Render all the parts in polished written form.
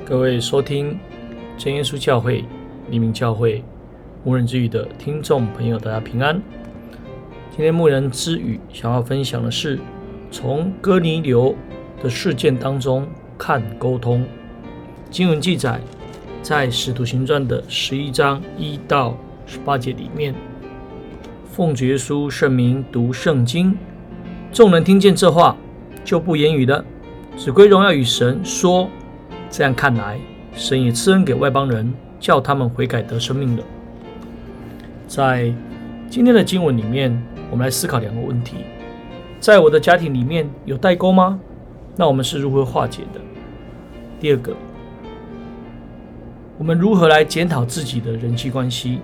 各位收听真耶稣教会黎明教会牧人之语的听众朋友，大家平安。今天牧人之语想要分享的是，从哥尼流的事件当中看沟通。经文记载在使徒行传的11章1到18节里面，奉主耶稣圣名读圣经，众人听见这话，就不言语了，只归荣耀与神，说：这样看来，神也赐恩给外邦人，叫他们悔改得生命了。在今天的经文里面，我们来思考两个问题：在我的家庭里面有代沟吗？那我们是如何化解的？第二个，我们如何来检讨自己的人际关系？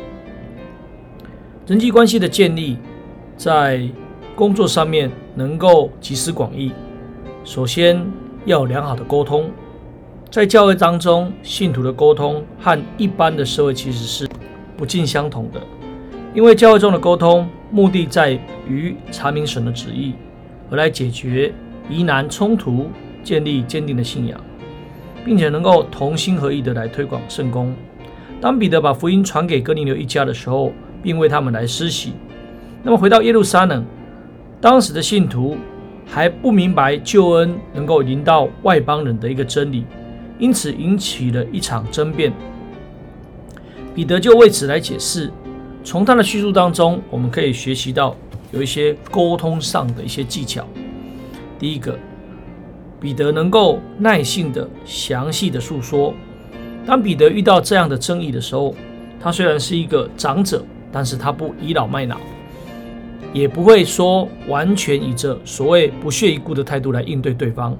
人际关系的建立，在工作上面能够集思广益，首先要有良好的沟通。在教会当中，信徒的沟通和一般的社会其实是不尽相同的，因为教会中的沟通目的在于查明神的旨意，而来解决疑难冲突，建立坚定的信仰，并且能够同心合意的来推广圣工。当彼得把福音传给哥尼流一家的时候，并为他们来施洗。那么回到耶路撒冷，当时的信徒还不明白救恩能够临到外邦人的一个真理，因此引起了一场争辩。彼得就为此来解释，从他的叙述当中，我们可以学习到有一些沟通上的一些技巧。第一个，彼得能够耐性的详细的述说。当彼得遇到这样的争议的时候，他虽然是一个长者，但是他不倚老卖老，也不会说完全以着所谓不屑一顾的态度来应对对方。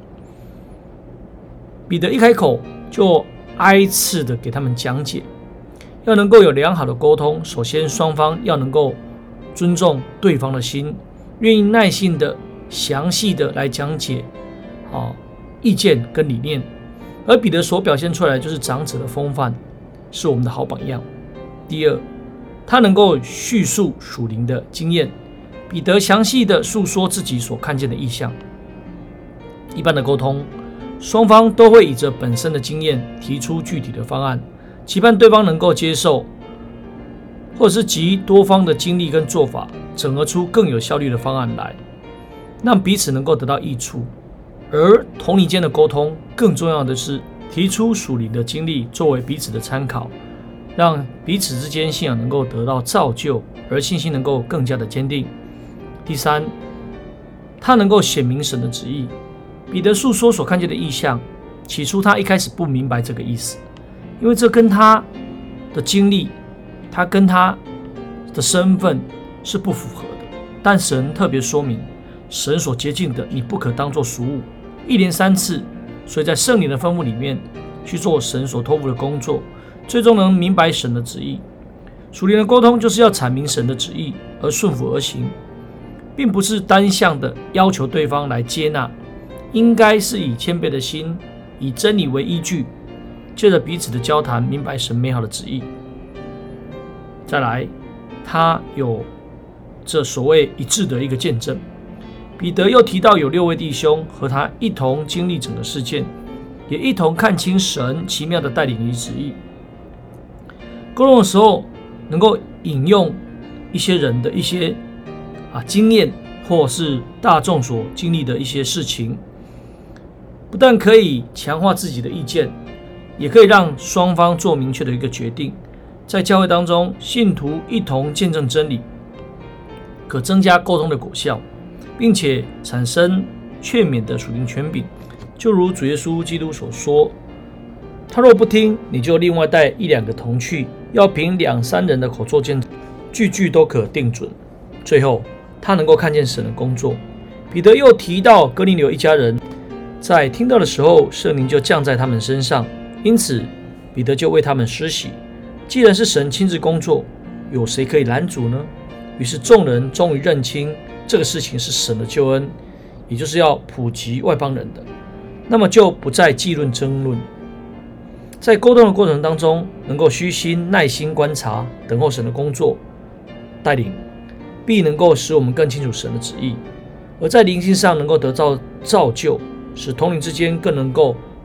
彼得一开口就挨次的给他们讲解，要能够有良好的沟通，首先双方要能够尊重对方的心，愿意耐心的详细的来讲解意见跟理念。而彼得所表现出来的就是长者的风范，是我们的好榜样。第二，他能够叙述属灵的经验。彼得详细的述说自己所看见的异象。一般的沟通，双方都会以着本身的经验提出具体的方案，期盼对方能够接受，或者是集多方的经历跟做法，整合出更有效率的方案来，让彼此能够得到益处。而同理间的沟通，更重要的是提出属灵的经历作为彼此的参考，让彼此之间信仰能够得到造就，而信心能够更加的坚定。第三，他能够显明神的旨意。彼得述说所看见的异象，起初他一开始不明白这个意思，因为这跟他的经历，他跟他的身份是不符合的。但神特别说明，神所洁净的，你不可当作俗物。一连3次，所以在圣灵的吩咐里面去做神所托付的工作，最终能明白神的旨意。属灵的沟通就是要阐明神的旨意，而顺服而行，并不是单向的要求对方来接纳，应该是以谦卑的心，以真理为依据，借着彼此的交谈，明白神美好的旨意。再来，他有这所谓一致的一个见证。彼得又提到有6位弟兄和他一同经历整个事件，也一同看清神奇妙的带领与旨意。沟通的时候，能够引用一些人的一些经验，或是大众所经历的一些事情，不但可以强化自己的意见，也可以让双方做明确的一个决定。在教会当中，信徒一同见证真理，可增加沟通的果效，并且产生劝勉的属灵权柄。就如主耶稣基督所说，他若不听，你就另外带1、2个同去，要凭2、3人的口作见证，句句都可定准。最后他能够看见神的工作。彼得又提到哥尼流一家人，在听到的时候，圣灵就降在他们身上，因此彼得就为他们施洗。既然是神亲自工作，有谁可以拦阻呢？于是众人终于认清这个事情是神的救恩，也就是要普及外邦人的，那么就不再议论争论。在沟通的过程当中，能够虚心耐心观察，等候神的工作带领，必能够使我们更清楚神的旨意，而在灵性上能够得到造就，使同灵之间更能够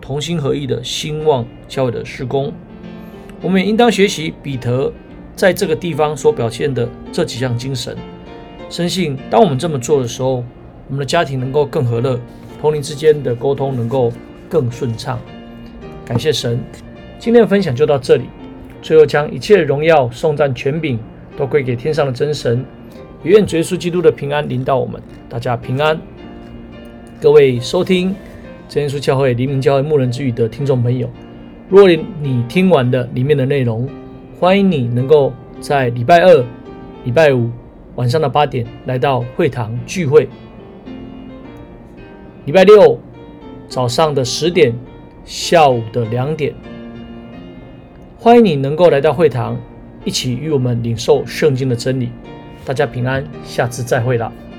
同心合意的兴旺教会的事工。我们也应当学习彼得在这个地方所表现的这几项精神。深信当我们这么做的时候，我们的家庭能够更和乐，同龄之间的沟通能够更顺畅。感谢神，今天的分享就到这里。最后将一切的荣耀、颂赞、权柄都归给天上的真神，也愿主耶稣基督的平安临到我们，大家平安。各位收听真耶稣教会黎明教会牧人之语的听众朋友，如果你听完了里面的内容，欢迎你能够在礼拜二、礼拜五晚上的8点来到会堂聚会，礼拜六早上的10点、下午的2点，欢迎你能够来到会堂，一起与我们领受圣经的真理。大家平安，下次再会了。